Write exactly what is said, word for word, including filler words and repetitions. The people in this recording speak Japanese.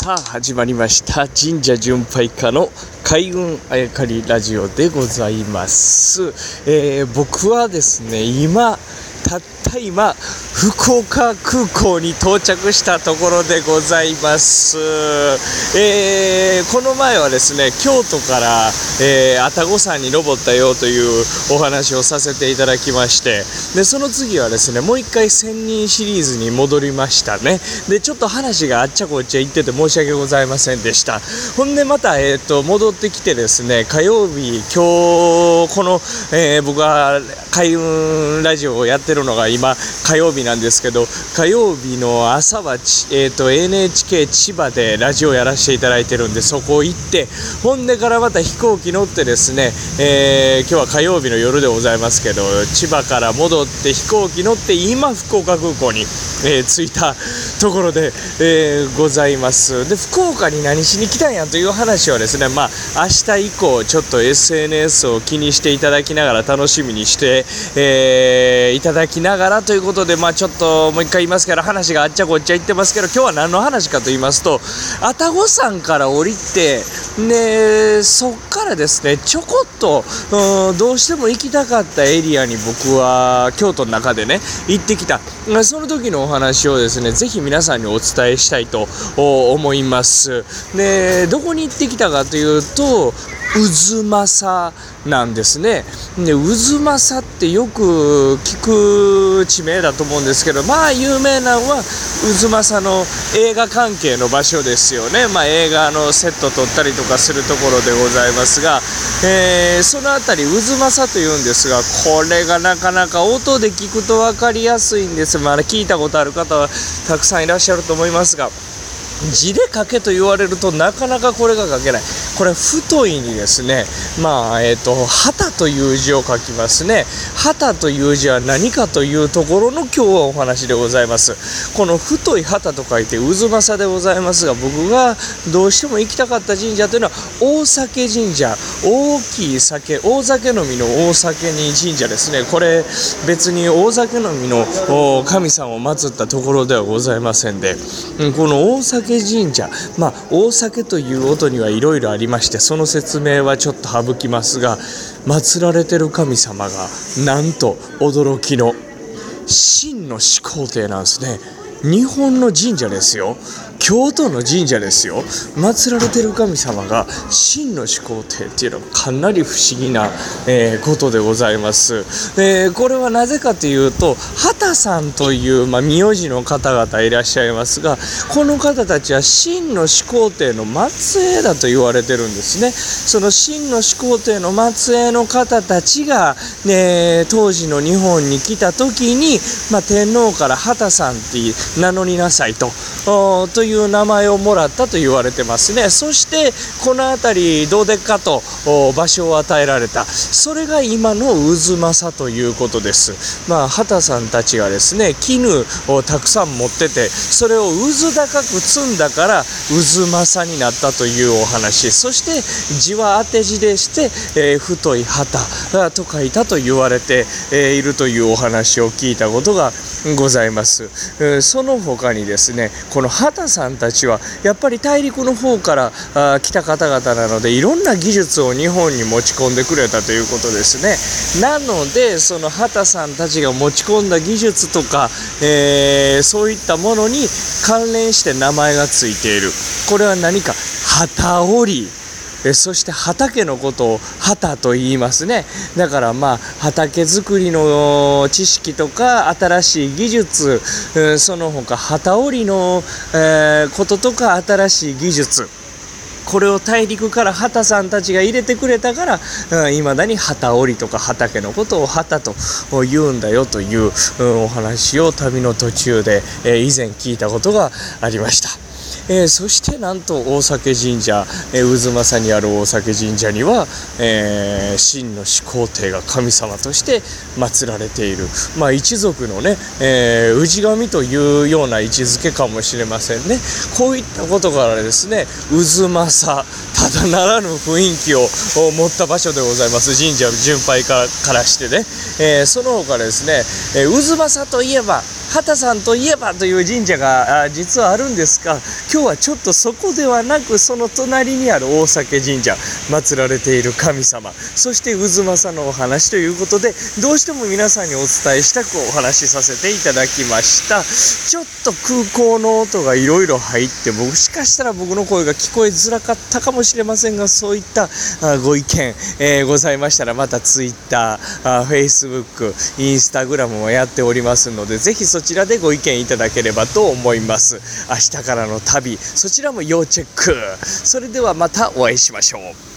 さあ始まりました神社巡拝家の開運あやかりラジオでございます、えー、僕はですね今たった今福岡空港に到着したところでございます、えー、この前はですね京都から、えー、愛宕山に登ったよというお話をさせていただきまして、でその次はですねもう一回千人シリーズに戻りましたね。でちょっと話があっちゃこっちゃ言ってて申し訳ございませんでした。ほんでまた、えー、と戻ってきてですね火曜日今日この、えー、僕は開運ラジオをやってるのが今火曜日なんですけど、火曜日の朝はち、えー、と エヌエイチケー 千葉でラジオやらせていただいてるんで、そこ行ってほんでからまた飛行機乗ってですね、えー、今日は火曜日の夜でございますけど千葉から戻って飛行機乗って今福岡空港に、えー、着いたところで、えー、ございます。で福岡に何しに来たんやという話はですね、まあ明日以降ちょっと エスエヌエス を気にしていただきながら楽しみにして、えー、いただきながらということで、まあちょっともう一回言いますけど話があっちゃこっちゃ言ってますけど、今日は何の話かと言いますと、愛宕山から降りてでそっからですねちょこっとうんどうしても行きたかったエリアに僕は京都の中でね行ってきた。その時のお話をですねぜひ皆さんにお伝えしたいと思います。でどこに行ってきたかというと渦政なんですね。で渦政ってよく聞く地名だと思うんですけど、まあ有名なのは渦政の映画関係の場所ですよね。まあ映画のセット撮ったりとかするところでございますが、えー、そのあたり渦政というんですが、これがなかなか音で聞くと分かりやすいんです。まあ聞いたことある方はたくさんいらっしゃると思いますが、字で書けと言われるとなかなかこれが書けない。これ太いにですねまあえっ、ー、と旗という字を書きますね。旗という字は何かというところの今日はお話でございます。この太い旗と書いて渦政でございますが、僕がどうしても行きたかった神社というのは大酒神社、大きい酒、大酒飲みの大酒に神社ですね。これ別に大酒飲みの神さんを祀ったところではございませんで、この大酒神社、まあ大酒という音にはいろいろありまして、その説明はちょっと省きますが、祀られてる神様がなんと驚きの真の始皇帝なんですね。日本の神社ですよ、京都の神社ですよ。祀られてる神様が真の始皇帝っていうのはかなり不思議な、えー、ことでございます。えー、これはなぜかというと畑さんという、まあ、名字の方々いらっしゃいますが、この方たちは真の始皇帝の末裔だと言われてるんですね。その真の始皇帝の末裔の方たちが、ね、当時の日本に来た時に、まあ、天皇から畑さんって名乗りなさいとという名前をもらったと言われてますね。そしてこの辺りどうでっかと場所を与えられた、それが今の渦政ということです。まあ畑さんたちがですね絹をたくさん持ってて、それを渦高く積んだから渦政になったというお話。そして字は当て字でして、えー、太い旗と書いたと言われて、えー、いるというお話を聞いたことがございます。えー、その他にですねこの畑さんたちはやっぱり大陸の方からあ来た方々なので、いろんな技術を日本に持ち込んでくれたということですね。なのでその畑さんたちが持ち込んだ技術とか、えー、そういったものに関連して名前がついている。これは何か旗織り、えそして畑のことを畑と言いますね。だからまあ畑作りの知識とか新しい技術、えその他畑織りの、えー、こととか新しい技術、これを大陸から畑さんたちが入れてくれたからいまだに畑織りとか畑のことを畑と言うんだよという、うん、お話を旅の途中で、えー、以前聞いたことがありました。えー、そしてなんと大酒神社、えー、渦政にある大酒神社には、えー、真の始皇帝が神様として祀られている、まあ、一族のね、えー、氏神というような位置づけかもしれませんね。こういったことからですね渦政ただならぬ雰囲気を持った場所でございます。神社巡拝からしてね、えー、その他ですね、えー、渦政といえば畑さんといえばという神社が実はあるんですが、今日はちょっとそこではなく、その隣にある大崎神社、祀られている神様、そして渦政のお話ということで、どうしても皆さんにお伝えしたくお話しさせていただきました。ちょっと空港の音がいろいろ入って、もしかしたら僕の声が聞こえづらかったかもしれませんが、そういったご意見、えー、ございましたら、またツイッター、フェイスブック、インスタグラムもやっておりますので、ぜひそちらでご意見いただければと思います。明日からの旅、そちらも要チェック。それではまたお会いしましょう。